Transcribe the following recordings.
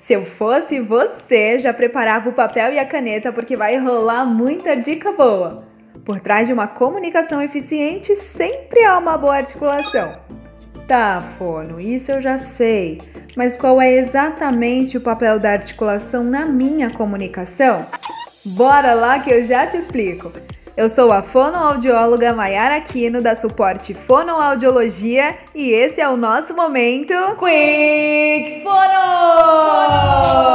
Se eu fosse você, já preparava o papel e a caneta porque vai rolar muita dica boa. Por trás de uma comunicação eficiente, sempre há uma boa articulação. Tá, Fono, isso eu já sei. Mas qual é exatamente o papel da articulação na minha comunicação? Bora lá que eu já te explico. Eu sou a fonoaudióloga Maiara Aquino, da Suporte Fonoaudiologia, e esse é o nosso momento Quick Fono!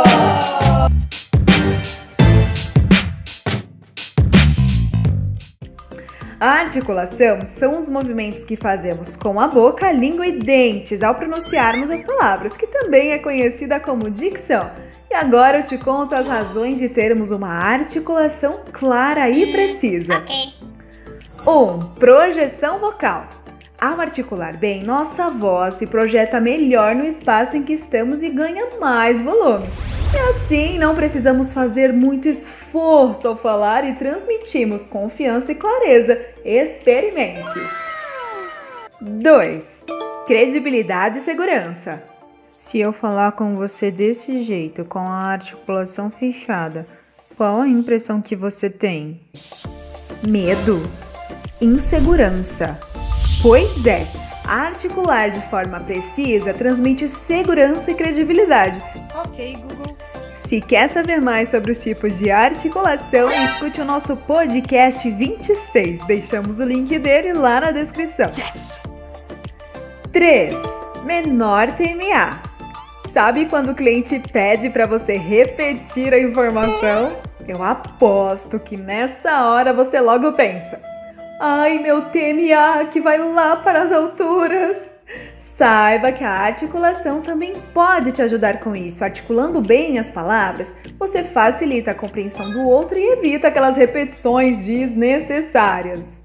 A articulação são os movimentos que fazemos com a boca, língua e dentes ao pronunciarmos as palavras, que também é conhecida como dicção. E agora eu te conto as razões de termos uma articulação clara e precisa. 1. Projeção vocal. Ao articular bem, nossa voz se projeta melhor no espaço em que estamos e ganha mais volume. E assim, não precisamos fazer muito esforço ao falar e transmitimos confiança e clareza. Experimente! 2. Credibilidade e segurança. Se eu falar com você desse jeito, com a articulação fechada, qual a impressão que você tem? Medo? Insegurança? Pois é, articular de forma precisa transmite segurança e credibilidade. Ok, Google. Se quer saber mais sobre os tipos de articulação, escute o nosso podcast 26. Deixamos o link dele lá na descrição. 3. Menor TMA. Sabe quando o cliente pede para você repetir a informação? Eu aposto que nessa hora você logo pensa: ai, meu TMA que vai lá para as alturas. Saiba que a articulação também pode te ajudar com isso. Articulando bem as palavras, você facilita a compreensão do outro e evita aquelas repetições desnecessárias.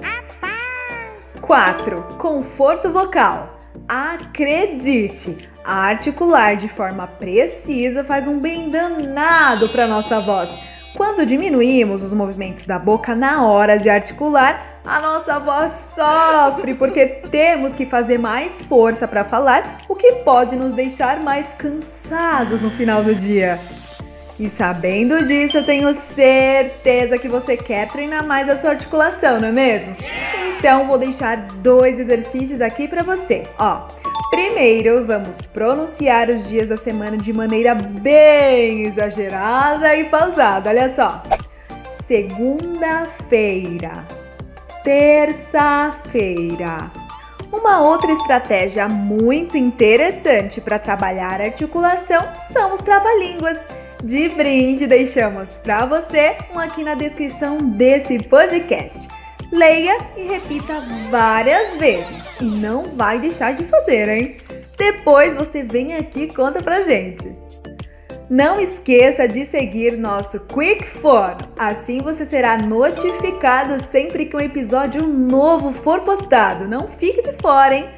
4. Conforto vocal. Acredite, articular de forma precisa faz um bem danado para nossa voz. Quando diminuímos os movimentos da boca na hora de articular, a nossa voz sofre porque temos que fazer mais força para falar, o que pode nos deixar mais cansados no final do dia. E sabendo disso, eu tenho certeza que você quer treinar mais a sua articulação, não é mesmo? Então, vou deixar 2 exercícios aqui para você. Primeiro, vamos pronunciar os dias da semana de maneira bem exagerada e pausada. Olha só. Segunda-feira. Terça-feira. Uma outra estratégia muito interessante para trabalhar a articulação são os trava-línguas. De brinde, deixamos para você um aqui na descrição desse podcast. Leia e repita várias vezes e não vai deixar de fazer, hein? Depois você vem aqui e conta pra gente. Não esqueça de seguir nosso Quick Fono, assim você será notificado sempre que um episódio novo for postado. Não fique de fora, hein?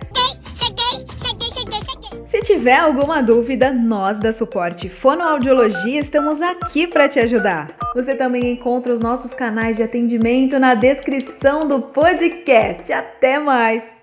Se tiver alguma dúvida, nós da Suporte Fonoaudiologia estamos aqui para te ajudar. Você também encontra os nossos canais de atendimento na descrição do podcast. Até mais!